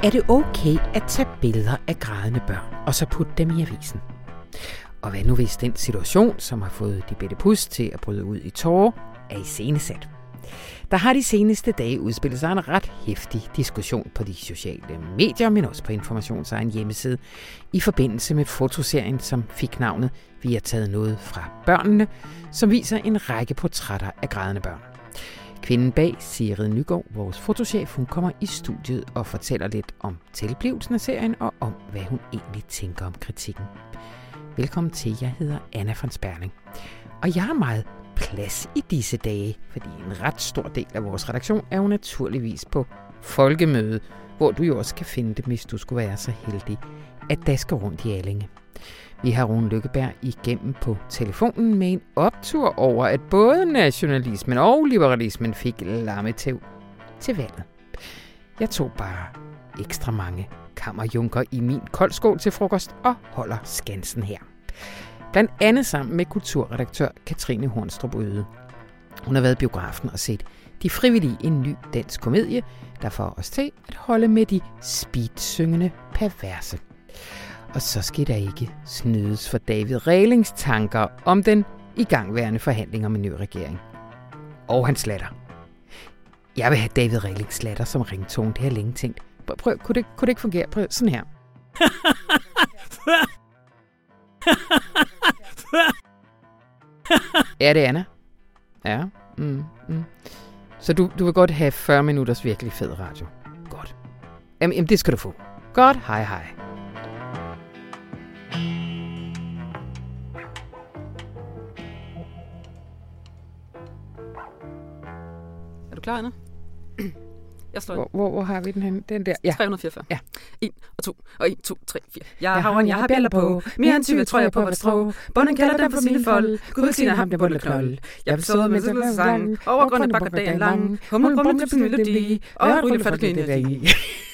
Er det okay at tage billeder af grædende børn, og så putte dem i avisen? Og hvad nu hvis den situation, som har fået de Bette Pus til at bryde ud i tårer, er iscenesat? Der har de seneste dage udspillet sig en ret heftig diskussion på de sociale medier, men også på Informations egen hjemmeside, i forbindelse med fotoserien, som fik navnet "Vi har taget noget fra børnene", som viser en række portrætter af grædende børn. Kvinden bag, Sigrid Nygaard, vores fotochef, hun kommer i studiet og fortæller lidt om tilblivelsen af serien og om, hvad hun egentlig tænker om kritikken. Velkommen til, jeg hedder Anna von Sperling. Og jeg har meget plads i disse dage, fordi en ret stor del af vores redaktion er jo naturligvis på folkemøde, hvor du jo også kan finde det, hvis du skulle være så heldig at daske rundt i Allinge. Vi har Rune Lykkeberg igennem på telefonen med en optur over, at både nationalismen og liberalismen fik lammetæv til valget. Jeg tog bare ekstra mange kammerjunker i min koldskål til frokost og holder skansen her. Blandt andet sammen med kulturredaktør Katrine Hornstrup Øde. Hun har været i biografen og set De Frivillige, en ny dansk komedie, der får os til at holde med de speedsyngende perverse. Og så skal der ikke snydes for David Rehlings tanker om den igangværende forhandling om en ny regering. Og hans slatter. Jeg vil have David Rehlings slatter som ringtone, det har jeg længe tænkt. Prøv, kunne det ikke fungere? Prøv sådan her. Ja, det er Anna. Ja. Så du vil godt have 40 minutters virkelig fed radio. Godt. Jamen, det skal du få. Godt, hej. Er du klar, Anna? Jeg slår Hvor har vi den henne? Den der? Ja. 344. Ja. 1 og 2 og 1, 2, 3, 4. Jeg har bjælder på. Mere end 20 tror jeg på, hvad strå. Bunden kalder dem for smilefold. Gud siger ham, der bunder knold. Jeg vil så med sådan sang. Over grunde bakker dagen lang. Humle brumle til melodi. Og jeg ryger for det energi.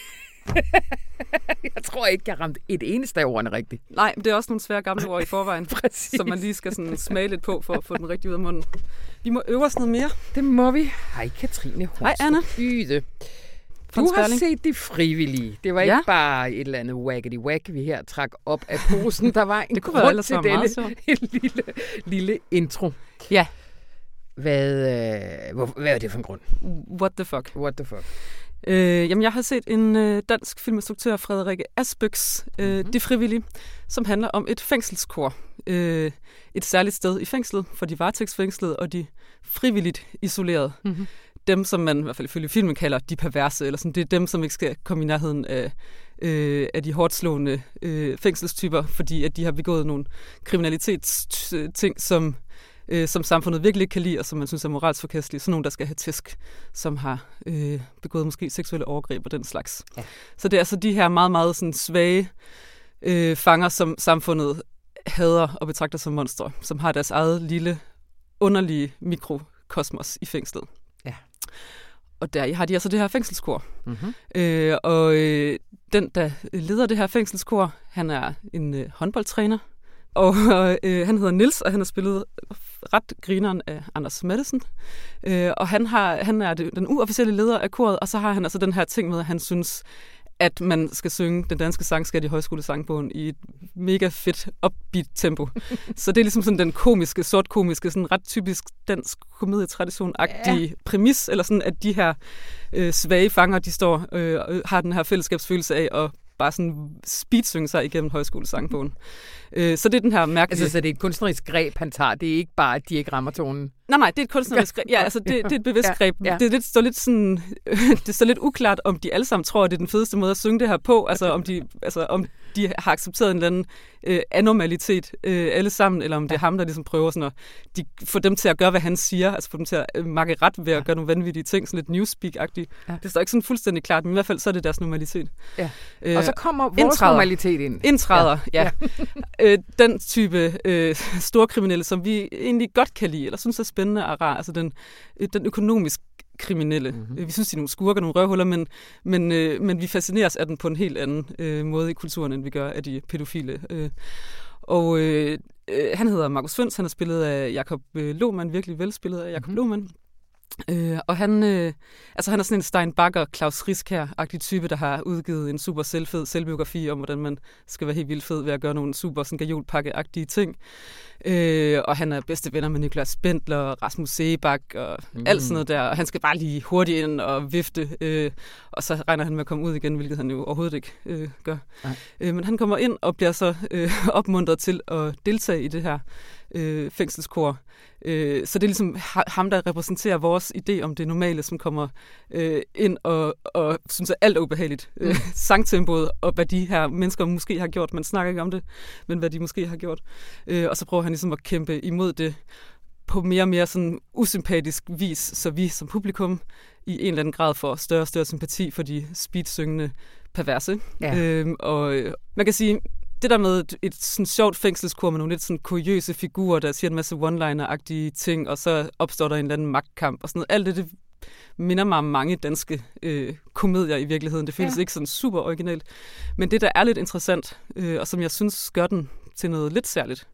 Jeg tror ikke, jeg ramte et eneste af ordene rigtigt. Nej, men det er også nogle svære gamle ord i forvejen. Som man lige skal sådan smage lidt på, for at få den rigtige ud af munden. Vi må øve os noget mere. Det må vi. Hej Katrine Hornstrup. Hej Anna. Yde. Du har set De Frivillige. Det var ikke bare et eller andet waggedy-wag, vi her trak op af posen. Der var en grund til denne lille intro. Ja. Hvad er det for en grund? What the fuck? Jamen, jeg har set en dansk filminstruktør, Frederikke Asbøks, De Frivillige, som handler om et fængselskor. Et særligt sted i fængslet for de varetægtsfængslede og de frivilligt isolerede. Mm-hmm. Dem, som man i hvert fald ifølge filmen kalder de perverse, eller sådan, det er dem, som ikke skal komme i nærheden af de hårdt slående fængselstyper, fordi at de har begået nogle kriminalitetsting, som samfundet virkelig ikke kan lide, og som man synes er moralsk forkastelige. Sådan nogle, der skal have tæsk, som har begået måske seksuelle overgreb og den slags. Ja. Så det er altså de her meget, meget sådan svage fanger, som samfundet hader og betragter som monstre, som har deres eget lille, underlige mikrokosmos i fængslet. Ja. Og der har de altså det her fængselskor. Mm-hmm. Den, der leder det her fængselskor, han er en håndboldtræner, og han hedder Nils, og han har spillet ret grineren af Anders Matthesen. Og han er den uofficielle leder af koret, og så har han altså den her ting med, at han synes, at man skal synge den danske sangskat i højskolesangbogen i et mega fedt upbeat tempo. Så det er ligesom sådan den komiske, sortkomiske, sådan ret typisk dansk komedietradition-agtige præmis, eller sådan, at de her svage fanger, de står har den her fællesskabsfølelse af at bare sådan speedsynge sig igennem højskolesangbogen. Så det er den her mærkelige... Altså, så det er et kunstnerisk greb, han tager. Det er ikke bare, at de ikke rammer tonen. Nej, det er et kunstnerisk greb. Ja, altså, det er et bevidst greb. Ja. Det står lidt uklart, om de alle sammen tror, at det er den fedeste måde at synge det her på. Altså, om de har accepteret en eller anden anormalitet alle sammen, eller om det er ham, der ligesom prøver sådan at få dem til at gøre, hvad han siger. Altså få dem til at makke ret ved at gøre nogle vanvittige ting, sådan lidt newspeak-agtigt. Ja. Det står ikke sådan fuldstændig klart, men i hvert fald så er det deres normalitet. Ja. Og så kommer vores normalitet ind. Indtræder, ja. Den type storkriminelle, som vi egentlig godt kan lide, eller synes er spændende og rar, altså den økonomisk kriminelle. Mm-hmm. Vi synes, de er nogle skurker, nogle røvhuller, men vi fascineres af den på en helt anden måde i kulturen, end vi gør af de pædofile. Han hedder Markus Føns, han er spillet af Jakob Lohmann, virkelig velspillet af Jakob Lohmann. Og han er sådan en Steinbacher, Klaus Riskær-agtig type, der har udgivet en super selvfed selvbiografi om, hvordan man skal være helt vildt fed ved at gøre nogle super sådan gajolpakke-agtige ting. Og han er bedste venner med Niklas Bendler og Rasmus Seebach og alt sådan noget der. Og han skal bare lige hurtigt ind og vifte, og så regner han med at komme ud igen, hvilket han jo overhovedet ikke gør. Men han kommer ind og bliver så opmuntret til at deltage i det her fængselskor. Så det er ligesom ham, der repræsenterer vores idé om det normale, som kommer ind og synes, at alt er ubehageligt. Sangtempoet og hvad de her mennesker måske har gjort. Man snakker ikke om det, men hvad de måske har gjort. Og så prøver han ligesom at kæmpe imod det på mere og mere sådan usympatisk vis, så vi som publikum i en eller anden grad får større og større sympati for de speedsyngende perverse. Ja. Og man kan sige, det der med et sådan sjovt fængselskor med nogle lidt sådan kuriøse figurer, der siger en masse one-liner-agtige ting, og så opstår der en eller anden magtkamp og sådan noget. Alt det minder mig om mange danske komedier i virkeligheden. Det føles ikke sådan super originalt. Men det, der er lidt interessant, og som jeg synes gør den til noget lidt særligt,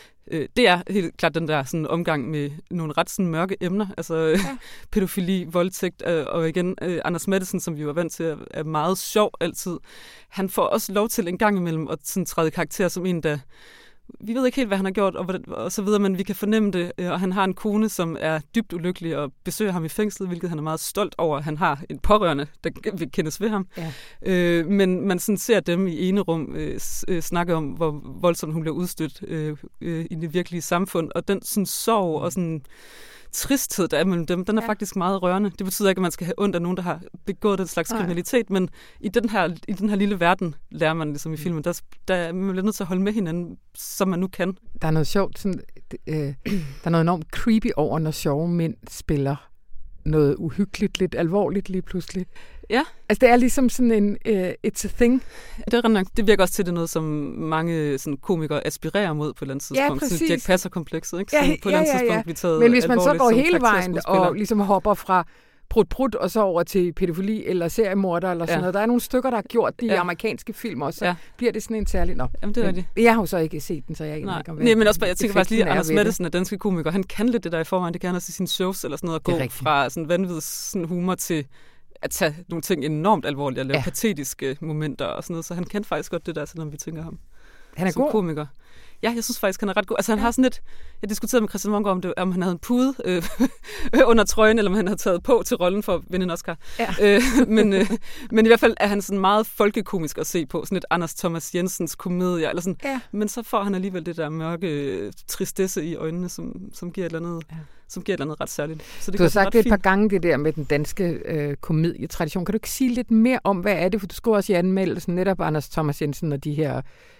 det er helt klart den der sådan omgang med nogle ret sådan mørke emner, altså pædofili, voldtægt, og igen Anders Matthesen, som vi jo er vant til, er meget sjov altid. Han får også lov til en gang imellem at sådan træde karakter som en, der vi ved ikke helt, hvad han har gjort, og så videre, men vi kan fornemme det, og han har en kone, som er dybt ulykkelig og besøger ham i fængslet, hvilket han er meget stolt over, at han har en pårørende, der vil kendes ved ham. Ja. Men man sådan ser dem i ene rum snakke om, hvor voldsomt hun bliver udstødt i det virkelige samfund, og den sådan sorg og sådan tristhed, der er mellem dem, den er faktisk meget rørende. Det betyder ikke, at man skal have ondt af nogen, der har begået den slags kriminalitet, men i den her lille verden, lærer man ligesom i filmen, der er man nødt til at holde med hinanden, som man nu kan. Der er noget sjovt, sådan, der er noget enormt creepy over, når sjove mænd spiller noget uhyggeligt, lidt alvorligt lige pludselig. Ja. Altså det er ligesom sådan en it's a thing. Det virker også til, det noget, som mange sådan, komikere aspirerer mod på et eller andet tidspunkt. Ja, præcis. Dirch Passer-komplekset, ikke? Som på et eller andet tidspunkt bliver taget. Men hvis man så går hele vejen og ligesom hopper fra prut og så over til pædofili eller seriemorder eller sådan noget. Der er nogle stykker, der har gjort det i amerikanske film også, så bliver det sådan en særlig... Jamen, det er det. Jeg har jo så ikke set den, så jeg ikke om nej, men også bare, jeg tænker faktisk lige, at Anders Matthesen er danske komiker. Han kan lidt det der i forvejen. Det kan han også i sine shows eller sådan noget, at gå fra sådan vanvittig sådan humor til at tage nogle ting enormt alvorligt og lave patetiske momenter og sådan noget. Så han kan faktisk godt det der, selvom vi tænker ham. Han er som god. Komiker. Ja, jeg synes faktisk, han er ret god. Altså, han har sådan lidt... Jeg diskuterede med Christian Munker om det, om han havde en pude under trøjen, eller om han havde taget på til rollen for at vinde en Oscar. Ja. Men i hvert fald er han sådan meget folkekomisk at se på. Sådan lidt Anders Thomas Jensens komedier. Eller sådan. Ja. Men så får han alligevel det der mørke tristesse i øjnene, som giver et eller andet... Ja. Som giver et eller andet ret særligt. Så det du har sagt det et par gange, det der med den danske komedietradition. Kan du ikke sige lidt mere om, hvad er det? For du skulle også i anmeldelsen netop Anders Thomas Jensen og de her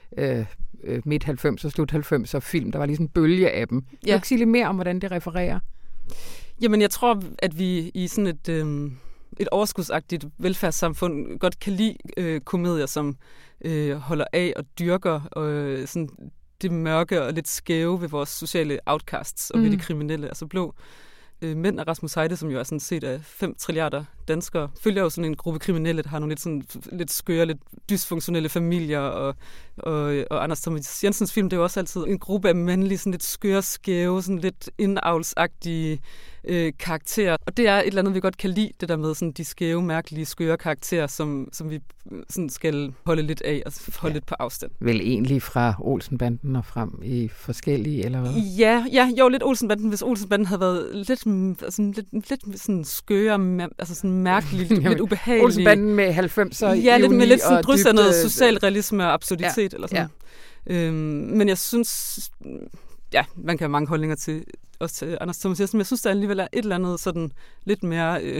midt-90'er, slut-90'er film. Der var lige sådan en bølge af dem. Kan du ikke sige lidt mere om, hvordan det refererer? Jamen, jeg tror, at vi i sådan et overskudsagtigt velfærdssamfund godt kan lide komedier, som holder af og dyrker og sådan det mørke og lidt skæve ved vores sociale outcasts og ved de kriminelle. Altså Blå Mænd af Rasmus Heide, som jo er sådan set af 5 trilliarder danskere, følger jo sådan en gruppe kriminelle, der har nogle lidt skøre, lidt dysfunktionelle familier, og Anders Thomas Jensens film, det er jo også altid en gruppe af mandlige, sådan lidt skøre, skæve, sådan lidt indavlsagtige karakterer. Og det er et eller andet, vi godt kan lide, det der med sådan de skæve, mærkelige, skøre karakterer, som vi sådan skal holde lidt af og holde lidt på afstand. Vel egentlig fra Olsenbanden og frem i forskellige, eller hvad? Ja, lidt Olsenbanden, hvis Olsenbanden havde været lidt sådan skøre, altså sådan mærkeligt, lidt ubehageligt. Olsenbanden med 90'er ja, lidt med lidt sådan drys af noget socialrealisme og absurditet eller sådan. Ja. Men jeg synes, man kan have mange holdninger til også til Anders Thomas Jensen, men jeg synes, der alligevel er et eller andet sådan lidt mere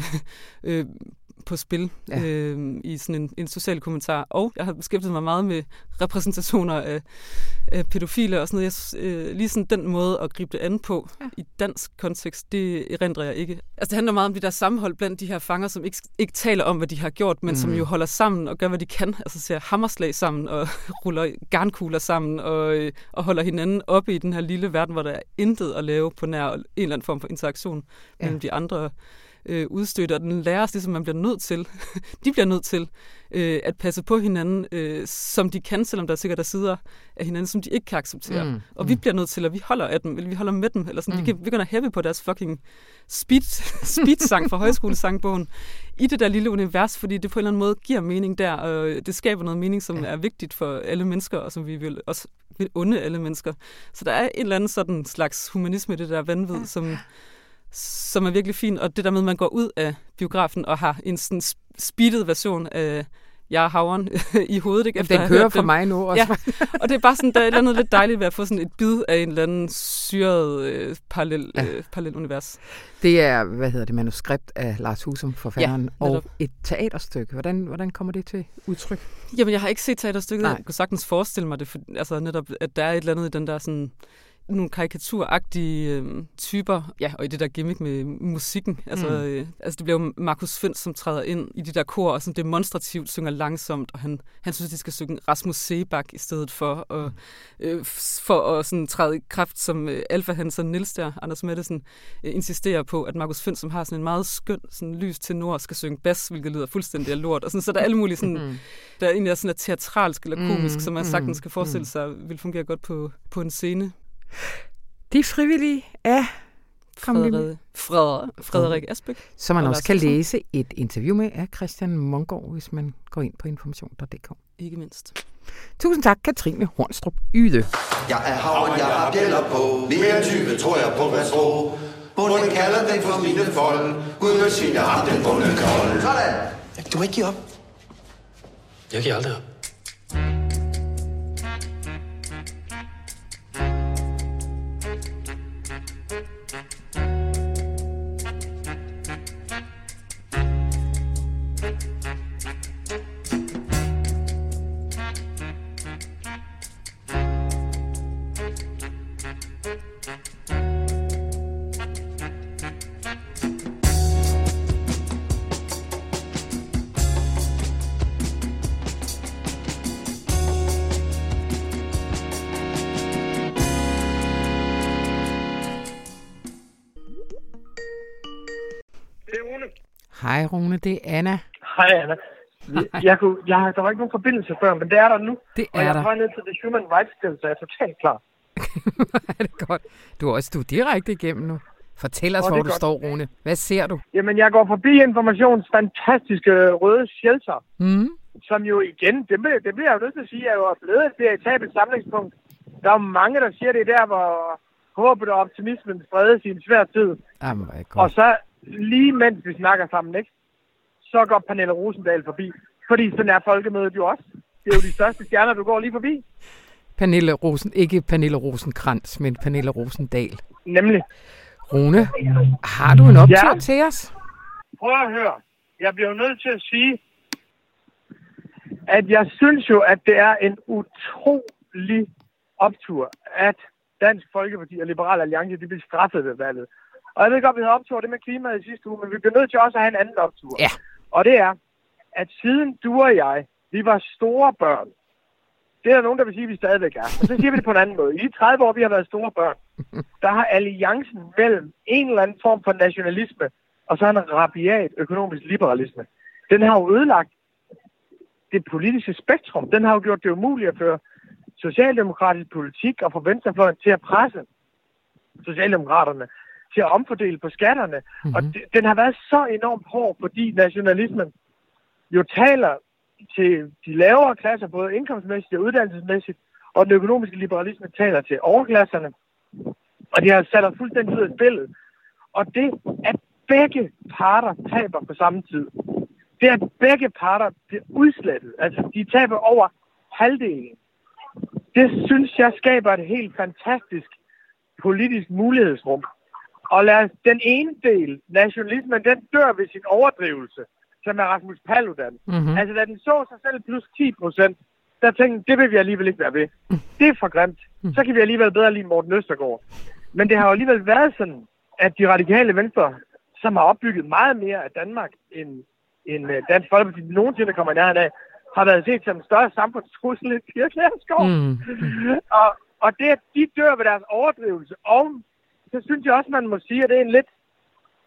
på spil i sådan en social kommentar. Og jeg har beskæftiget mig meget med repræsentationer af pædofile og sådan noget. Lige sådan den måde at gribe det an på i dansk kontekst, det erindrer jeg ikke. Altså det handler meget om de der sammenhold blandt de her fanger, som ikke taler om, hvad de har gjort, men som jo holder sammen og gør, hvad de kan. Altså ser hammerslag sammen og ruller garnkugler sammen og holder hinanden oppe i den her lille verden, hvor der er intet at lave på nær en eller anden form for interaktion mellem de andre udstødt, og den lærer os ligesom, man bliver nødt til, de bliver nødt til at passe på hinanden, som de kan, selvom der sikkert er sider af hinanden, som de ikke kan acceptere. Og vi bliver nødt til, at vi holder af dem, eller vi holder med dem, eller sådan, vi kan heavy på deres fucking speed-sang fra højskolesangbogen i det der lille univers, fordi det på en eller anden måde giver mening der, og det skaber noget mening, som er vigtigt for alle mennesker, og som vi vil også vil unde alle mennesker. Så der er en eller anden sådan slags humanisme i det der vanvid, som er virkelig fint, og det der med, at man går ud af biografen og har en sådan speedet version af Jeg er Havren i hovedet. Ikke? Den kører for mig nu også. Ja, og det er bare sådan, der er et eller andet lidt dejligt ved at få sådan et bid af en eller anden syret parallel univers. Det er, manuskript af Lars Husum, forfatteren, og et teaterstykke. Hvordan kommer det til udtryk? Jamen, jeg har ikke set teaterstykket. Jeg kunne sagtens forestille mig det, for, altså netop, at der er et eller andet i den der sådan nogle karikaturagtige typer, og i det der gimmick med musikken. Altså det bliver jo Markus Fønss, som træder ind i de der kor, og sådan demonstrativt synger langsomt, og han synes, de skal synge Rasmus Seebach i stedet for, og for at sådan træde i kraft som Alfa Hansen Niels der, Anders Mattesen, insisterer på, at Markus Fønss, som har sådan en meget skøn sådan lys tenor, skal synge bas, hvilket lyder fuldstændig af lort. Og sådan, så der er alle mulige sådan, der egentlig er sådan teatralsk eller komisk, som man sagtens skal forestille sig, vil fungere godt på en scene. De frivillige af Frederik Asbøk. Som man også kan læse et interview med af Christian Mongård, hvis man går ind på information.dk. Ikke mindst. Tusind tak, Katrine Hornstrup Yde. Jeg er havren, jeg har bjælder på. Mere end 20 tror jeg på, hvad tro. Bunden kalder den for mine fold. Gud vil sige, jeg har den bunde kold. Sådan! Du må ikke give op. Jeg giver aldrig op. Hej Rune, det er Anna. Hej Anna. Der var ikke nogen forbindelse før, men det er der nu. Det er og jeg der. er ned til The Human Rights Bill, så jeg er totalt klar. Er det godt. Du er direkte igennem nu. Fortæl os, hvor du står, Rune. Hvad ser du? Jamen, jeg går forbi Informations fantastiske røde shelter, som jo igen, det bliver jeg jo nødt til at sige, er jo blevet et veritabelt samlingspunkt. Der er jo mange, der siger, det er der, hvor håbet og optimismen spredes i en svær tid. Jamen, og så lige mens vi snakker sammen, ikke, så går Pernille Rosendahl forbi. Fordi sådan er folkemødet jo også. Det er jo de største stjerner, du går lige forbi. Ikke Pernille Rosenkrantz, men Pernille Rosendahl. Nemlig. Rune, har du en optur til os? Prøv at høre. Jeg bliver nødt til at sige, at jeg synes jo, at det er en utrolig optur, at Dansk Folkeparti og Liberal Alliance, de blev straffet ved valget. Og jeg ved godt, vi havde optur det med klimaet i sidste uge, men vi bliver nødt til også at have en anden optur. Ja. Og det er, at siden du og jeg, vi var store børn, det er der nogen, der vil sige, at vi stadigvæk er. Og så siger vi det på en anden måde. I 30 år, vi har været store børn, der har alliancen mellem en eller anden form for nationalisme og så en rabiat økonomisk liberalisme, den har jo ødelagt det politiske spektrum. Den har jo gjort det umuligt at føre socialdemokratisk politik og få venstrefløjen til at presse socialdemokraterne til at omfordele på skatterne. Og den har været så enormt hård, fordi nationalismen jo taler til de lavere klasser, både indkomstmæssigt og uddannelsesmæssigt, og den økonomiske liberalisme taler til overklasserne. Og de har sat os fuldstændig ud af spillet. Og det, at begge parter taber på samme tid, det at begge parter bliver udslettet, altså de taber over halvdelen, det synes jeg skaber et helt fantastisk politisk mulighedsrum. Og lad os, den ene del, nationalismen, den dør ved sin overdrivelse, som er Rasmus Paludan. Altså, da den så sig selv plus 10%, der tænkte det vil vi alligevel ikke være ved. Det er for grimt. Så kan vi alligevel bedre lide Morten Østergaard. Men det har jo alligevel været sådan, at de radikale venstre, som har opbygget meget mere af Danmark, end Dansk Folkeparti nogensinde kommer i nærheden af, har været set som en større samfundstrussel end Pia Kjærsgaard. Og det, at de dør ved deres overdrivelse, og så synes jeg også, man må sige, at det er en lidt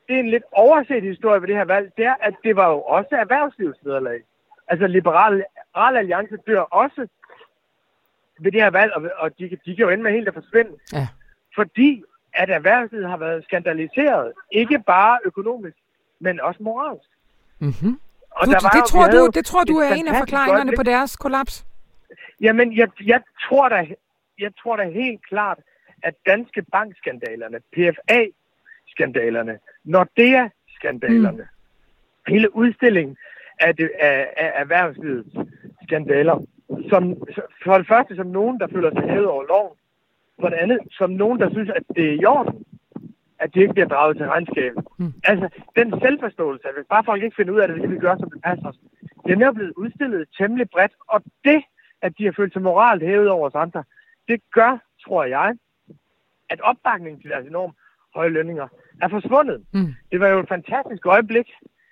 det er en lidt overset historie ved det her valg, det er, at det var jo også erhvervslivets nederlag. Altså Liberal Alliance dør også ved det her valg, og de kan jo ende med helt at forsvinde. Ja. Fordi at erhvervslivet har været skandaliseret, ikke bare økonomisk, men også moralsk. Mm-hmm. Og det tror du er en af forklaringerne på deres kollaps? Jamen, jeg tror da helt klart, at Danske Bank-skandalerne, PFA-skandalerne, Nordea-skandalerne, hele udstillingen af erhvervslivets skandaler, som for det første som nogen, der føler sig hævet over loven, for det andet som nogen, der synes, at det er i orden, at de ikke bliver draget til regnskabet. Altså, den selvforståelse, at hvis bare folk ikke finder ud af det, så kan vi gøre, som det passer os, den er blevet udstillet temmelig bredt, og det, at de har følt sig moralt hævet over os andre, det gør, tror jeg, at opbakningen til deres enormt høje lønninger er forsvundet. Det var jo et fantastisk øjeblik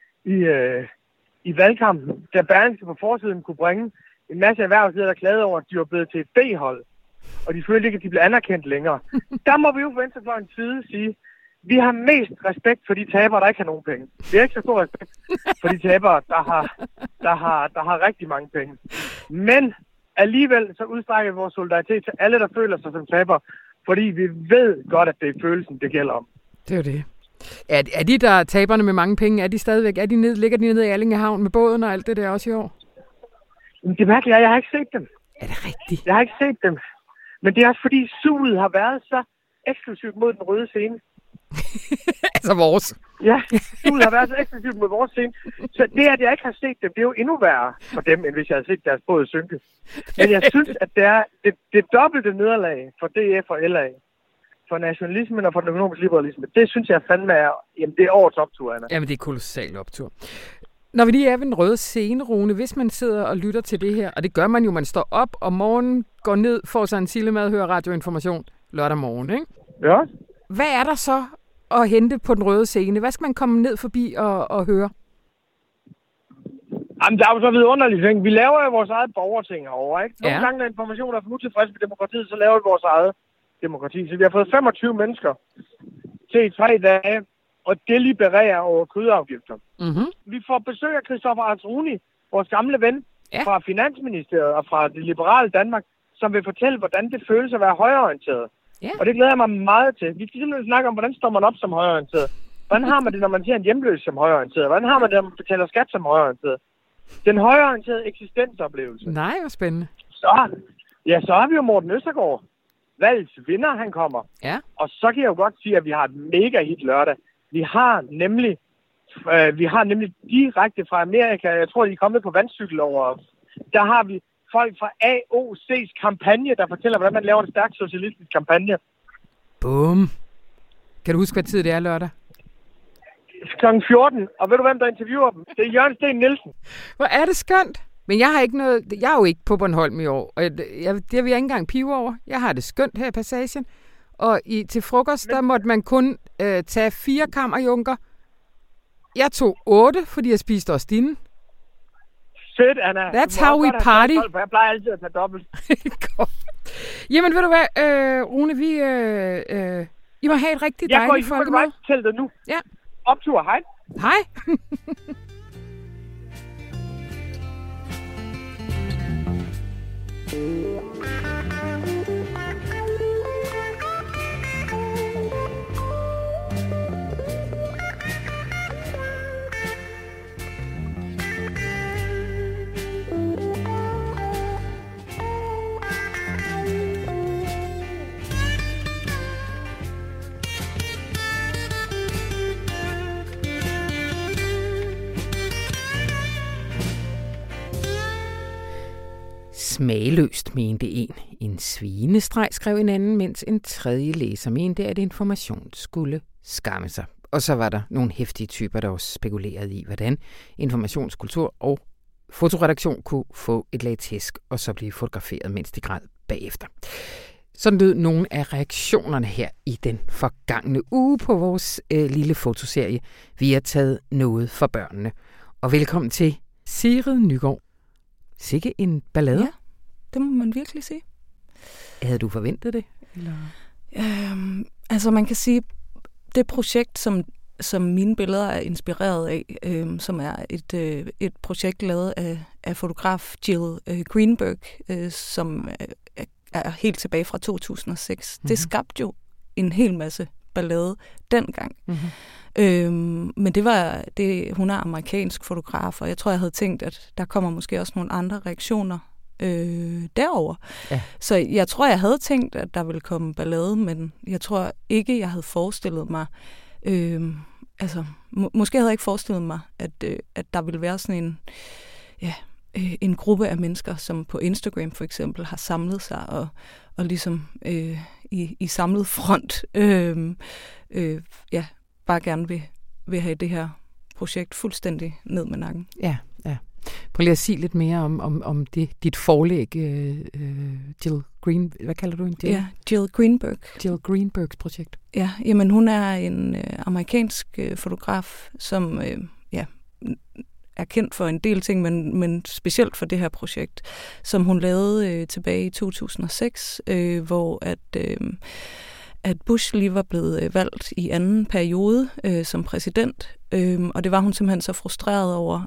i valgkampen, da Berlingske på forsiden kunne bringe en masse erhvervsledere, der klagede over, at de var blevet til et B-hold, og de følte ikke, at de blev anerkendt længere. Der må vi jo på venstrefløjens side sige, vi har mest respekt for de tabere, der ikke har nogen penge. Vi har ikke så stor respekt for de tabere, der har rigtig mange penge. Men alligevel så udstrækker vi vores solidaritet til alle, der føler sig som tabere, fordi vi ved godt, at det er følelsen, det gælder om. Det er jo det. Er de der taberne med mange penge, er de stadigvæk, ligger de nede i Allingehavn med båden og alt det der også i år? Det er mærkeligt, jeg har ikke set dem. Er det rigtigt? Jeg har ikke set dem. Men det er også fordi suget har været så eksklusivt mod den røde scene. Altså vores. Ja, suget har været så eksklusivt mod vores scene. Så det, at jeg ikke har set dem, det er jo endnu værre for dem, end hvis jeg havde set deres båd synke. Men jeg synes, at det er det dobbelte nederlag for DF og LA, for nationalismen og for den økonomiske liberalisme. Det synes jeg fandme er, jamen det er årets optur, Anna. Jamen det er kolossalt optur. Når vi lige er ved den røde scene, Rune, hvis man sidder og lytter til det her, og det gør man jo, man står op om morgenen, går ned, får sig en sillemad, hører radioinformation lørdag morgen, ikke? Ja. Hvad er der så at hente på den røde scene? Hvad skal man komme ned forbi og høre? Jamen, der er jo så vidunderlige ting. Vi laver jo vores eget borgerting herovre, ikke? Nogle gange, når information er for utilfreds med demokratiet, så laver vi vores eget demokrati. Så vi har fået 25 mennesker til 3 dage og deliberere over kødafgifter. Mm-hmm. Vi får besøg af Christoffer Artruni, vores gamle ven fra Finansministeriet og fra det liberale Danmark, som vil fortælle, hvordan det føles at være højreorienteret. Yeah. Og det glæder jeg mig meget til. Vi skal simpelthen snakke om, hvordan står man op som højreorienteret. Hvordan har man det, når man ser en hjemløs som højreorienteret? Hvordan har man det, når man betaler skat som højreorienteret? Den højreorienterede eksistensoplevelse. Nej, hvor spændende. Så har vi jo Morten Østergaard. Valgets vinder, han kommer. Ja. Og så kan jeg jo godt sige, at vi har et mega hit lørdag. Vi har nemlig direkte fra Amerika, jeg tror, de er kommet på vandcykel over. Der har vi folk fra AOC's kampagne, der fortæller, hvordan man laver en stærk socialistisk kampagne. Bum. Kan du huske, hvad tid det er lørdag? Kl. 14. Og ved du, hvem der interviewer dem? Det er Jørgen Sten Nielsen. Hvor er det skønt. Men jeg er jo ikke på Bornholm i år. Og det vil jeg ikke engang pive over. Jeg har det skønt her i Passagen. Og til frokost, der måtte man kun tage 4 kammerjunker. Jeg tog 8, fordi jeg spiste også dine. Fedt, Anna. That's how we party. Jeg plejer altid at tage dobbelt. Jamen, ved du hvad, Rune, I må have et rigtig dejligt folkemøde. Jeg går i teltet nu. Ja. Optur, hej. Hej. Smagløst, mente en. En svinestreg, skrev en anden, mens en tredje læser mente, at information skulle skamme sig. Og så var der nogle heftige typer, der også spekulerede i, hvordan informationskultur og fotoredaktion kunne få et lag tæsk, og så blive fotograferet, mens de græd bagefter. Sådan lød nogle af reaktionerne her i den forgangne uge på vores lille fotoserie. Vi har taget noget for børnene. Og velkommen til Sigrid Nygaard. Sikke en ballade. Ja, det må man virkelig sige. Havde du forventet det? Eller? Altså man kan sige, det projekt, som mine billeder er inspireret af, som er et projekt lavet af fotograf Jill Greenberg, som er helt tilbage fra 2006. Det skabte jo en hel masse ballade dengang. Men hun er amerikansk fotograf, og jeg tror, jeg havde tænkt, at der kommer måske også nogle andre reaktioner derover. Ja. Så jeg tror, jeg havde tænkt, at der ville komme ballade, men jeg tror ikke, jeg havde forestillet mig, måske havde jeg ikke forestillet mig, at der ville være sådan en gruppe af mennesker, som på Instagram for eksempel har samlet sig og ligesom i samlet front bare gerne vil have det her projekt fuldstændig ned med nakken. Ja. Prøv lige at sige lidt mere om dit forlæg, Jill Green. Hvad kalder du hende? Ja, Jill Greenberg. Jill Greenbergs projekt. Ja, jamen hun er en amerikansk fotograf, som er kendt for en del ting, men specielt for det her projekt, som hun lavede tilbage i 2006, hvor at Bush lige var blevet valgt i anden periode som præsident, og det var hun simpelthen så frustreret over,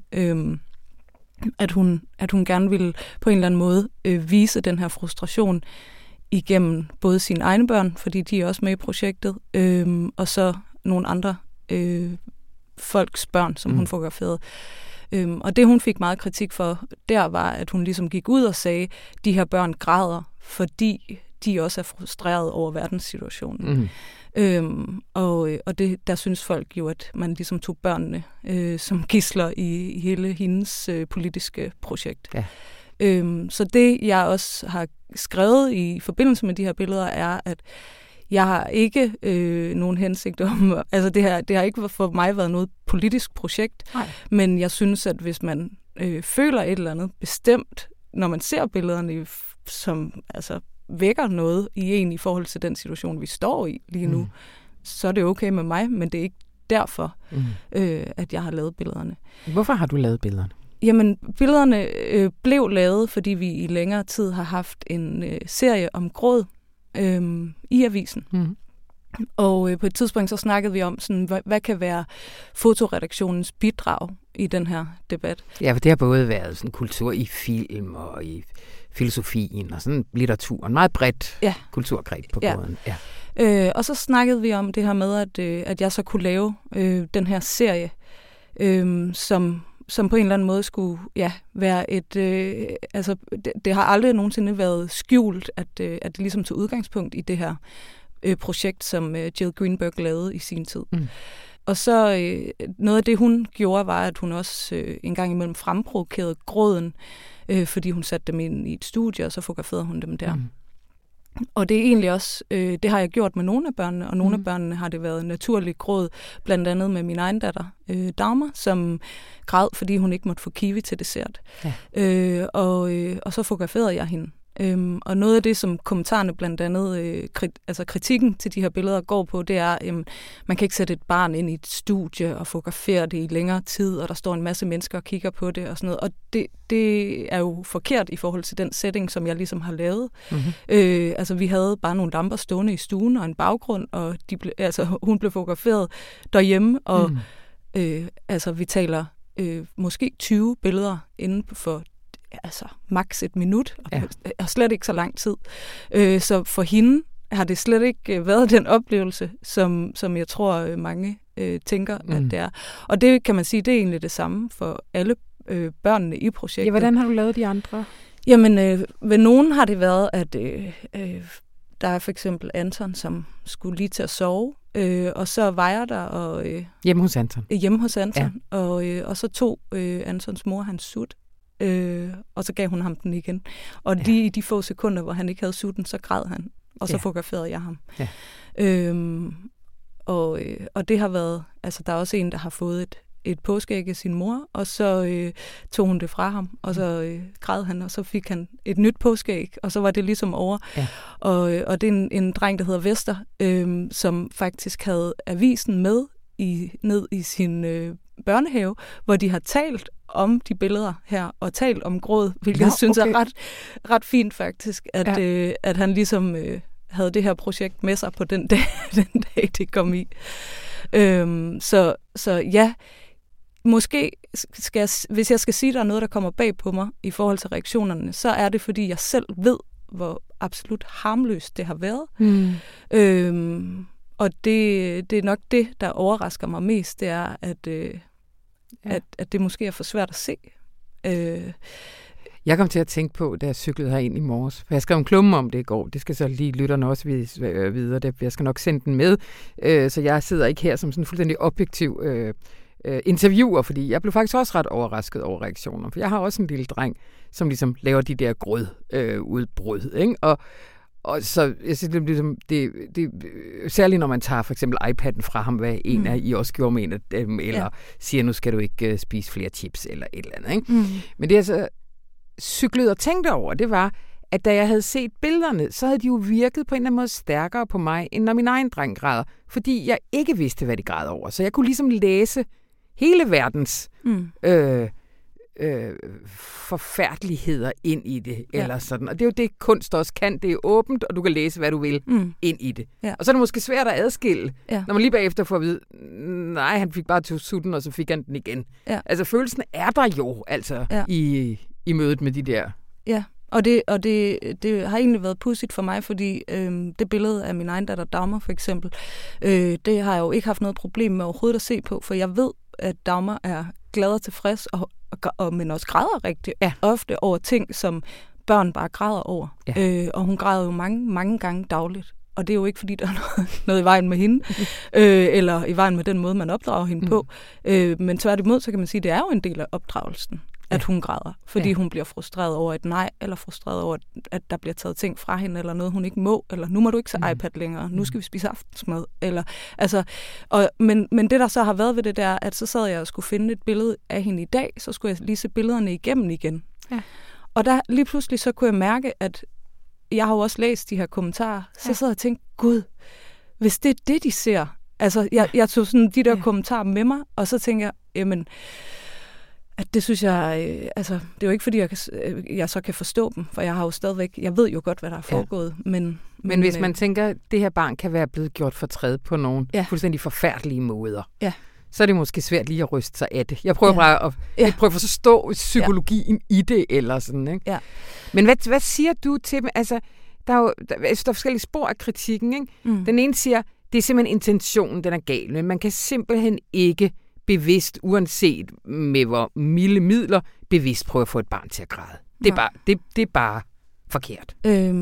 at hun gerne ville på en eller anden måde vise den her frustration igennem både sine egne børn, fordi de er også med i projektet, og så nogle andre folks børn, som hun fotograferede. Og det, hun fik meget kritik for, der var, at hun ligesom gik ud og sagde, at de her børn græder, fordi de også er frustreret over verdenssituationen. Og det, der synes folk jo, at man ligesom tog børnene som gidsler i hele hendes politiske projekt. Ja. Så det, jeg også har skrevet i forbindelse med de her billeder, er, at jeg har ikke nogen hensigt om, altså det har ikke for mig været noget politisk projekt, men jeg synes, at hvis man føler et eller andet bestemt, når man ser billederne, som altså vækker noget i en i forhold til den situation, vi står i lige nu, så er det okay med mig, men det er ikke derfor, at jeg har lavet billederne. Hvorfor har du lavet billederne? Jamen, billederne blev lavet, fordi vi i længere tid har haft en serie om gråd i avisen. Og på et tidspunkt så snakkede vi om, sådan, hvad kan være fotoredaktionens bidrag i den her debat. Ja, for det har både været sådan kultur i film og i filosofien og sådan litteratur. En meget bredt kulturgreb på båden. Ja. Og så snakkede vi om det her med, at jeg så kunne lave den her serie, som på en eller anden måde skulle være et... det har aldrig nogensinde været skjult, at det ligesom tog udgangspunkt i det her projekt, som Jill Greenberg lavede i sin tid. Og så noget af det, hun gjorde, var, at hun også en gang imellem fremprovokerede gråden, fordi hun satte dem ind i et studie, og så fotograferede hun dem der. Og det er egentlig også, det har jeg gjort med nogle af børnene, og nogle af børnene har det været naturligt gråd, blandt andet med min egen datter, Dagmar, som græd, fordi hun ikke måtte få kiwi til dessert. Ja. Og så fotograferede jeg hende. Og noget af det, som kommentarerne blandt andet, kritikken til de her billeder går på, det er, man kan ikke sætte et barn ind i et studie og fotografere det i længere tid, og der står en masse mennesker og kigger på det og sådan noget. Og det er jo forkert i forhold til den setting, som jeg ligesom har lavet. Vi havde bare nogle lamper stående i stuen og en baggrund, og hun blev fotograferet derhjemme, og vi taler måske 20 billeder inden for maks et minut, og slet ikke så lang tid. Så for hende har det slet ikke været den oplevelse, som jeg tror mange tænker, at det er. Og det kan man sige, det er egentlig det samme for alle børnene i projektet. Ja, hvordan har du lavet de andre? Jamen, ved nogen har det været, at der er for eksempel Anton, som skulle lige til at sove, og så var jeg der. Og, hjemme hos Anton? Hjemme hos Anton. Ja. Og så tog Antons mor hans sut, og så gav hun ham den igen. Og lige i de få sekunder, hvor han ikke havde sutten, så græd han, og så fotograferede jeg ham. Ja. Og det har været, der er også en, der har fået et påskeæg af sin mor, og så tog hun det fra ham, og så græd han, og så fik han et nyt påskeæg, og så var det ligesom over. Ja. Og det er en dreng, der hedder Vester, som faktisk havde avisen med ned i sin børnehave, hvor de har talt om de billeder her, og talt om gråd, hvilket jeg synes er ret fint faktisk, at han ligesom havde det her projekt med sig på den dag det kom i. Så ja, måske hvis jeg skal sige, at der er noget, der kommer bag på mig i forhold til reaktionerne, så er det, fordi jeg selv ved, hvor absolut harmløst det har været. Og det er nok det, der overrasker mig mest, det er, at det måske er for svært at se. Jeg kom til at tænke på, da jeg cyklede herind i morges. For jeg skrev en klumme om det i går. Det skal så lige lytterne også videre. Jeg skal nok sende den med. Så jeg sidder ikke her som sådan en fuldstændig objektiv interviewer, fordi jeg blev faktisk også ret overrasket over reaktioner. For jeg har også en lille dreng, som ligesom laver de der udbrud. Ikke? Og så jeg synes, det særligt når man tager for eksempel iPad'en fra ham, hvad en af I også gjorde med en af dem, eller siger, nu skal du ikke spise flere chips, eller et eller andet. Ikke? Men det jeg så cyklede og tænkte over, det var, at da jeg havde set billederne, så havde de jo virket på en eller anden måde stærkere på mig, end når min egen dreng græder, fordi jeg ikke vidste, hvad de græd over. Så jeg kunne ligesom læse hele verdens forfærdeligheder ind i det, eller sådan. Og det er jo det, kunst også kan. Det er åbent, og du kan læse, hvad du vil ind i det. Ja. Og så er det måske svært at adskille, når man lige bagefter får at vide, nej, han fik bare sutten, og så fik han den igen. Ja. Altså, følelsen er der jo, altså, i mødet med de der. Ja, og det har egentlig været pudsigt for mig, fordi det billede af min egen datter Dagmar, for eksempel, det har jeg jo ikke haft noget problem med overhovedet at se på, for jeg ved, at Dagmar er glad og tilfreds, men også græder rigtig ofte over ting, som børn bare græder over. Ja. Og hun græder jo mange gange dagligt. Og det er jo ikke, fordi der er noget i vejen med hende, eller i vejen med den måde, man opdrager hende på. Men tværtimod, så kan man sige, at det er jo en del af opdragelsen, at hun græder. Fordi hun bliver frustreret over et nej, eller frustreret over, at der bliver taget ting fra hende, eller noget, hun ikke må, eller nu må du ikke se iPad længere, nu skal vi spise aftensmad. Eller, altså, men det, der så har været ved det der, at så sad jeg og skulle finde et billede af hende i dag, så skulle jeg lige se billederne igennem igen. Ja. Og der lige pludselig så kunne jeg mærke, at jeg har jo også læst de her kommentarer, så sad jeg og tænkte, gud, hvis det er det, de ser. Altså, jeg tog sådan de der kommentarer med mig, og så tænker jeg, jamen, at det synes jeg, altså, det er jo ikke fordi, jeg så kan forstå dem, for jeg har jo stadigvæk, jeg ved jo godt, hvad der er foregået. Men hvis man tænker, at det her barn kan være blevet gjort fortræd på nogle fuldstændig forfærdelige måder, så er det måske svært lige at ryste sig af det. Jeg prøver bare at forstå psykologien i det, eller sådan, ikke? Ja. Men hvad siger du til dem? Altså, der er forskellige spor af kritikken, ikke? Den ene siger, det er simpelthen intentionen, den er gal, men man kan simpelthen ikke bevidst, uanset med hvor milde midler, bevidst prøve at få et barn til at græde. Det er bare forkert.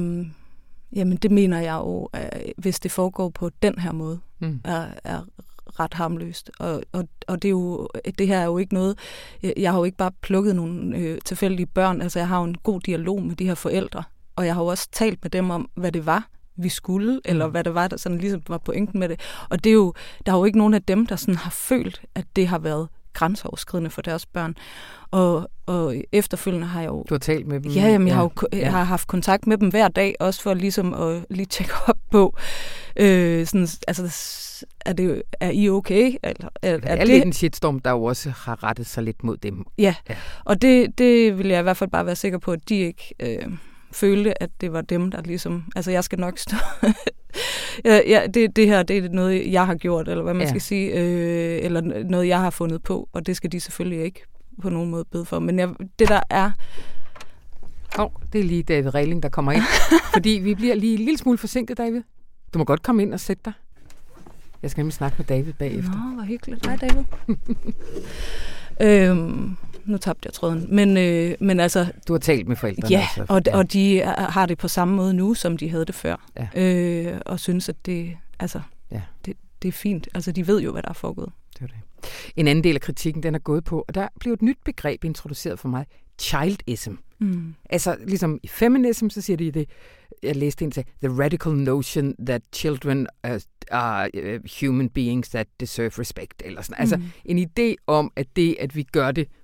Jamen, det mener jeg jo, hvis det foregår på den her måde, er ret harmløst. Og det er jo, det her er jo ikke noget, jeg har jo ikke bare plukket nogle tilfældige børn, altså jeg har jo en god dialog med de her forældre, og jeg har jo også talt med dem om, hvad det var, vi skulle, eller hvad det var, der sådan ligesom var pointen med det. Og det er jo, der er jo ikke nogen af dem, der sådan har følt, at det har været grænseoverskridende for deres børn. Og efterfølgende har jeg jo... Du har talt med dem? Ja, jamen, jeg har haft kontakt med dem hver dag, også for ligesom at lige tjekke op på, sådan, altså, er I okay? Eller, er lidt en shitstorm, der jo også har rettet sig lidt mod dem. Ja. Og det vil jeg i hvert fald bare være sikker på, at de ikke... følte, at det var dem, der ligesom... Altså, jeg skal nok stå... det her, det er noget, jeg har gjort, eller hvad man skal sige, eller noget, jeg har fundet på, og det skal de selvfølgelig ikke på nogen måde bede for. Men det der er... det er lige David Reiling, der kommer ind. Fordi vi bliver lige en lille smule forsinket, David. Du må godt komme ind og sætte dig. Jeg skal nemlig snakke med David bagefter. Nå, hvor hyggeligt. Hej, David. Nu tabte jeg tråden. Men altså... Du har talt med forældrene. Ja, altså. Og de har det på samme måde nu, som de havde det før. Ja. Og synes, at det er fint. Altså, de ved jo, hvad der er foregået. Det er det. En anden del af kritikken, den er gået på, og der blev et nyt begreb introduceret for mig. Childism. Altså, ligesom i feminism, så siger de det, jeg læste ind til, the radical notion that children are human beings that deserve respect, eller sådan. Altså, en idé om, at det, at vi gør det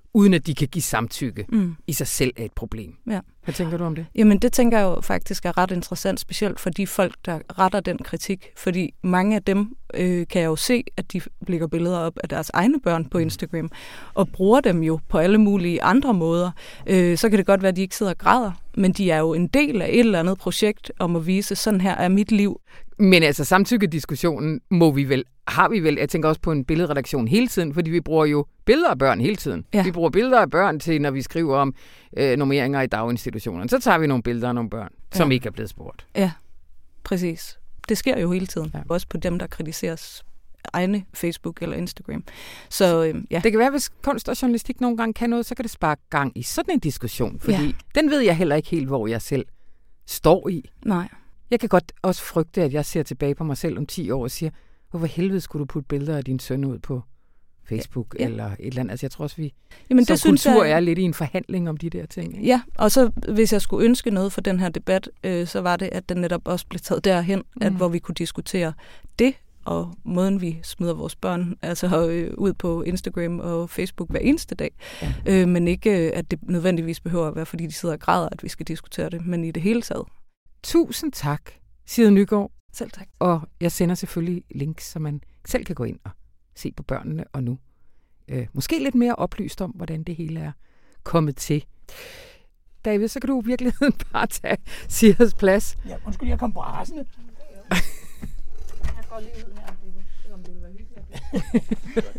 uden at de kan give samtykke, i sig selv er et problem. Ja. Hvad tænker du om det? Jamen det tænker jeg jo faktisk er ret interessant, specielt for de folk, der retter den kritik. Fordi mange af dem kan jeg jo se, at de lægger billeder op af deres egne børn på Instagram, og bruger dem jo på alle mulige andre måder. Så kan det godt være, at de ikke sidder og græder, men de er jo en del af et eller andet projekt om at vise, sådan her er mit liv. Men altså samtykkediskussionen har vi vel, jeg tænker også på en billedredaktion hele tiden, fordi vi bruger jo billeder af børn hele tiden. Ja. Vi bruger billeder af børn til, når vi skriver om normeringer i daginstitutionerne. Så tager vi nogle billeder af nogle børn, som ikke er blevet spurgt. Ja, præcis. Det sker jo hele tiden. Ja. Også på dem, der kritiseres egne Facebook eller Instagram. Så ja. Det kan være, hvis kunst og journalistik nogle gange kan noget, så kan det spare gang i sådan en diskussion, fordi den ved jeg heller ikke helt, hvor jeg selv står i. Nej. Jeg kan godt også frygte, at jeg ser tilbage på mig selv om 10 år og siger, hvorfor helvede skulle du putte billeder af din søn ud på Facebook eller et eller andet. Altså jeg tror også, vi som kultur er lidt i en forhandling om de der ting. Ikke? Ja, og så hvis jeg skulle ønske noget for den her debat, så var det, at den netop også blev taget derhen, at hvor vi kunne diskutere det, og måden vi smider vores børn ud på Instagram og Facebook hver eneste dag. Ja. Men ikke, at det nødvendigvis behøver at være, fordi de sidder og græder, at vi skal diskutere det, men i det hele taget. Tusind tak, Sigrid Nygaard. Selv tak. Og jeg sender selvfølgelig links, så man selv kan gå ind og se på børnene, og nu måske lidt mere oplyst om, hvordan det hele er kommet til. David, så kan du i virkeligheden bare tage Sigrids plads. Ja, undskyld, jeg kom på rasende. Jeg går lige ud her, om det vil være hyggeligt.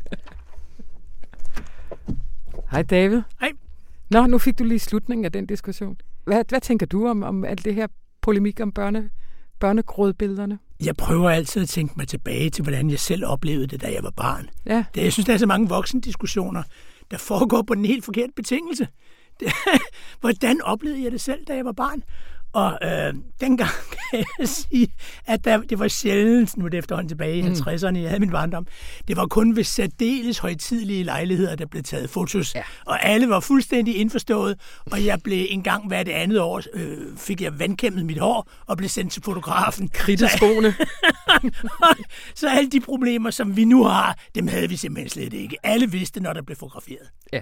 Hej David. Hej. Nå, nu fik du lige slutningen af den diskussion. Hvad tænker du om alt det her polemik om børnegrådbillederne? Jeg prøver altid at tænke mig tilbage til, hvordan jeg selv oplevede det, da jeg var barn. Ja. Jeg synes, der er så mange voksendiskussioner, der foregår på den helt forkerte betingelse. Hvordan oplevede jeg det selv, da jeg var barn? Og dengang kan jeg sige, at det var sjældent, nu er det efterhånden tilbage i 50'erne, jeg havde min barndom, det var kun ved særdeles højtidelige lejligheder, der blev taget fotos, og alle var fuldstændig indforstået, og jeg blev en gang hver det andet år, fik jeg vandkæmmet mit hår, og blev sendt til fotografen. Kridteskoene. Så alle de problemer, som vi nu har, dem havde vi simpelthen slet ikke. Alle vidste, når der blev fotograferet. Ja.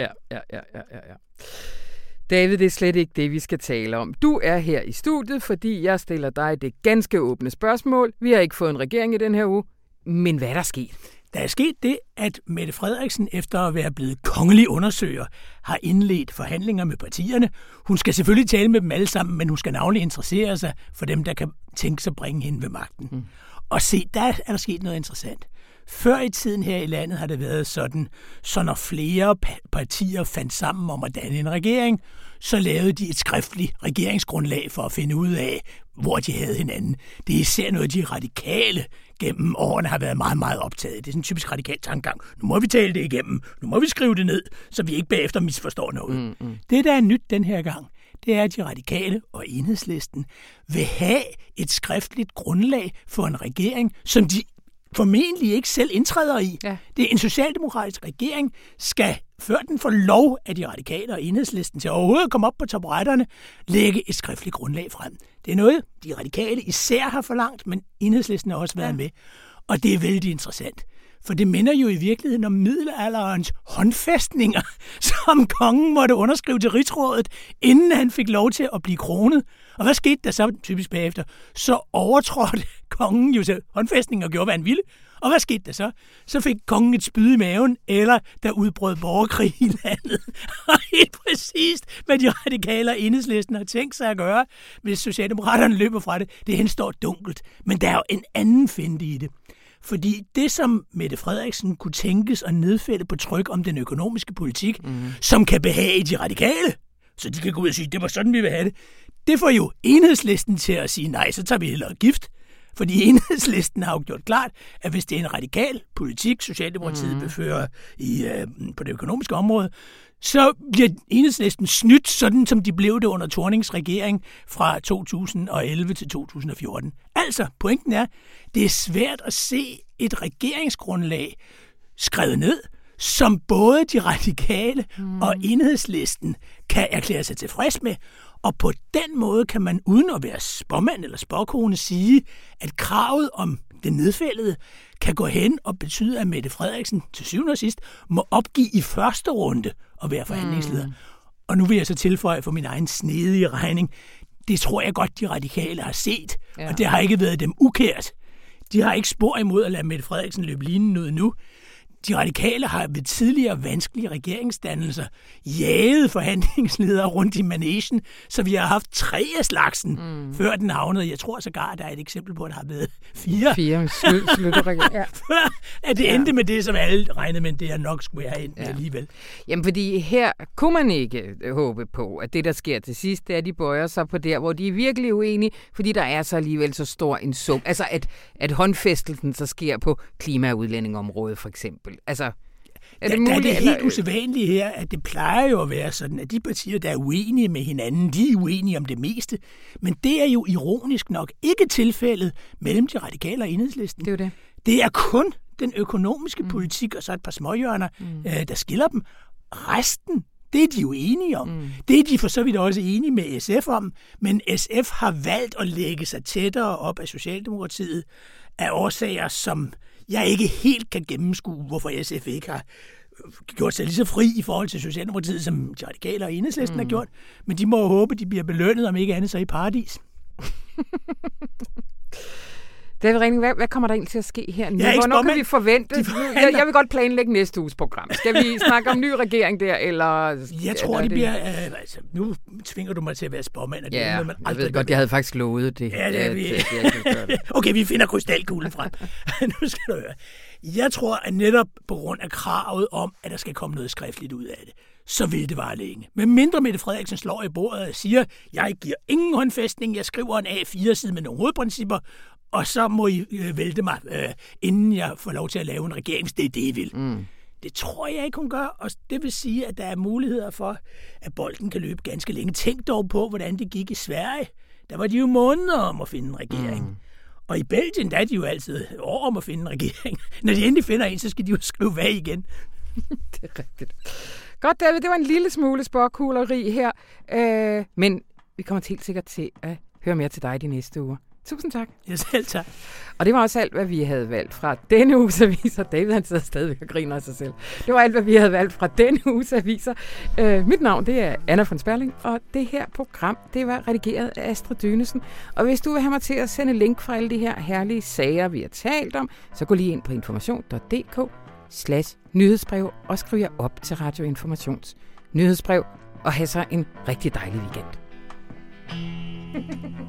David, det er slet ikke det, vi skal tale om. Du er her i studiet, fordi jeg stiller dig det ganske åbne spørgsmål. Vi har ikke fået en regering i den her uge, men hvad er der sket? Der er sket det, at Mette Frederiksen, efter at være blevet kongelig undersøger, har indledt forhandlinger med partierne. Hun skal selvfølgelig tale med dem alle sammen, men hun skal navnlig interessere sig for dem, der kan tænke sig at bringe hende ved magten. Og se, der er der sket noget interessant. Før i tiden her i landet har det været sådan, så når flere partier fandt sammen om at danne en regering, så lavede de et skriftligt regeringsgrundlag for at finde ud af, hvor de havde hinanden. Det er især noget, de radikale gennem årene har været meget, meget optaget. Det er sådan en typisk radikal tankegang. Nu må vi tale det igennem. Nu må vi skrive det ned, så vi ikke bagefter misforstår noget. Det, der er nyt den her gang, det er, at de radikale og Enhedslisten vil have et skriftligt grundlag for en regering, som de formentlig ikke selv indtræder i. Ja. Det er en socialdemokratisk regering, skal, før den får lov af de radikale og Enhedslisten til overhovedet at komme op på taburetterne, lægge et skriftligt grundlag frem. Det er noget, de radikale især har forlangt, men Enhedslisten har også været med. Og det er vældig interessant. For det minder jo i virkeligheden om middelalderens håndfæstninger, som kongen måtte underskrive til rigsrådet, inden han fik lov til at blive kronet. Og hvad skete der så typisk bagefter? Så overtrådte kongen jo til håndfæstninger og gjorde, hvad han ville. Og hvad skete der så? Så fik kongen et spyd i maven, eller der udbrød borgerkrig i landet. Og helt præcist, hvad de radikale og Enhedslisten har tænkt sig at gøre, hvis socialdemokraterne løber fra det, det henstår dunkelt. Men der er jo en anden finte i det. Fordi det, som Mette Frederiksen kunne tænkes at nedfælde på tryk om den økonomiske politik, som kan behage de radikale, så de kan gå ud og sige, det var sådan, vi vil have det, det får jo Enhedslisten til at sige, nej, så tager vi hellere gift. Fordi Enhedslisten har jo gjort klart, at hvis det er en radikal politik, Socialdemokratiet befører på det økonomiske område, så bliver Enhedslisten snydt, sådan som de blev det under Thornings regering fra 2011 til 2014. Altså, pointen er, det er svært at se et regeringsgrundlag skrevet ned, som både de radikale og Enhedslisten kan erklære sig tilfreds med. Og på den måde kan man, uden at være spåmand eller spåkone, sige, at kravet om det nedfældede, kan gå hen og betyde, at Mette Frederiksen til syvende og sidst må opgive i første runde at være forhandlingsleder. Og nu vil jeg så tilføje for min egen snedige regning, det tror jeg godt, de radikale har set, og det har ikke været dem ukært. De har ikke spor imod at lade Mette Frederiksen løbe linen ud nu. De radikale har ved tidligere vanskelige regeringsdannelser jaget forhandlingsledere rundt i manegen, så vi har haft 3 af slagsen, før den havnede. Jeg tror sågar, at der er et eksempel på, at der har været 4. 4 slutregeringer. Før at det endte med det, som alle regnede med, det er nok skulle have endt alligevel. Jamen, fordi her kunne man ikke håbe på, at det, der sker til sidst, det er, at de bøjer sig på der, hvor de er virkelig uenige, fordi der er så alligevel så stor en sum. Altså, at håndfæstelsen så sker på klima- og udlændingområdet, for eksempel. Altså, er det muligt? Det er helt usædvanligt her, at det plejer jo at være sådan, at de partier, der er uenige med hinanden, de er uenige om det meste. Men det er jo ironisk nok ikke tilfældet mellem de radikale og Enhedslisten. Det er jo det. Det er kun den økonomiske politik og så et par småhjørner, der skiller dem. Resten, det er de jo enige om. Det er de for så vidt også enige med SF om, men SF har valgt at lægge sig tættere op af Socialdemokratiet af årsager, som jeg ikke helt kan gennemskue, hvorfor SF ikke har gjort sig lige så fri i forhold til Socialdemokratiet, som de radikale og Enhedslisten har gjort. Men de må håbe, de bliver belønnet, om ikke andet så i paradis. David Reding, hvad kommer der egentlig til at ske her nu? Hvornår kan vi forvente? Jeg vil godt planlægge næste uges program. Skal vi snakke om ny regering der, eller? Jeg tror, det bliver... Altså, nu tvinger du mig til at være spåmand. Og det jeg ved godt, jeg havde faktisk lovet det. Ja, det okay, vi finder krystalkuglen frem. Nu skal du høre. Jeg tror, at netop på grund af kravet om, at der skal komme noget skriftligt ud af det, så vil det vare længe. Men mindre Mette Frederiksen slår i bordet og siger, jeg giver ingen håndfæstning, jeg skriver en A4-side med nogle hovedprincipper, og så må I vælte mig, inden jeg får lov til at lave en regering, hvis det er det, I vil. Det tror jeg ikke, hun gør, og det vil sige, at der er muligheder for, at bolden kan løbe ganske længe. Tænk dog på, hvordan det gik i Sverige. Der var de jo måneder om at finde en regering. Og i Belgien, der er de jo altid år om at finde en regering. Når de endelig finder en, så skal de jo skrive hvad igen. Det er rigtigt. Godt, David, det var en lille smule spåkugleri her, men vi kommer helt sikkert til at høre mere til dig de næste uger. Tusind tak. Jeg selv tak. Og det var også alt, hvad vi havde valgt fra denne uges aviser. David, han sidder stadigvæk og griner af sig selv. Det var alt, hvad vi havde valgt fra denne uges aviser. Mit navn, det er Anna von Sperling, og det her program, det var redigeret af Astrid Dynesen. Og hvis du vil have mig til at sende link fra alle de her herlige sager, vi har talt om, så gå lige ind på information.dk/nyhedsbrev og skriv jer op til Radio Informations nyhedsbrev, og have så en rigtig dejlig weekend.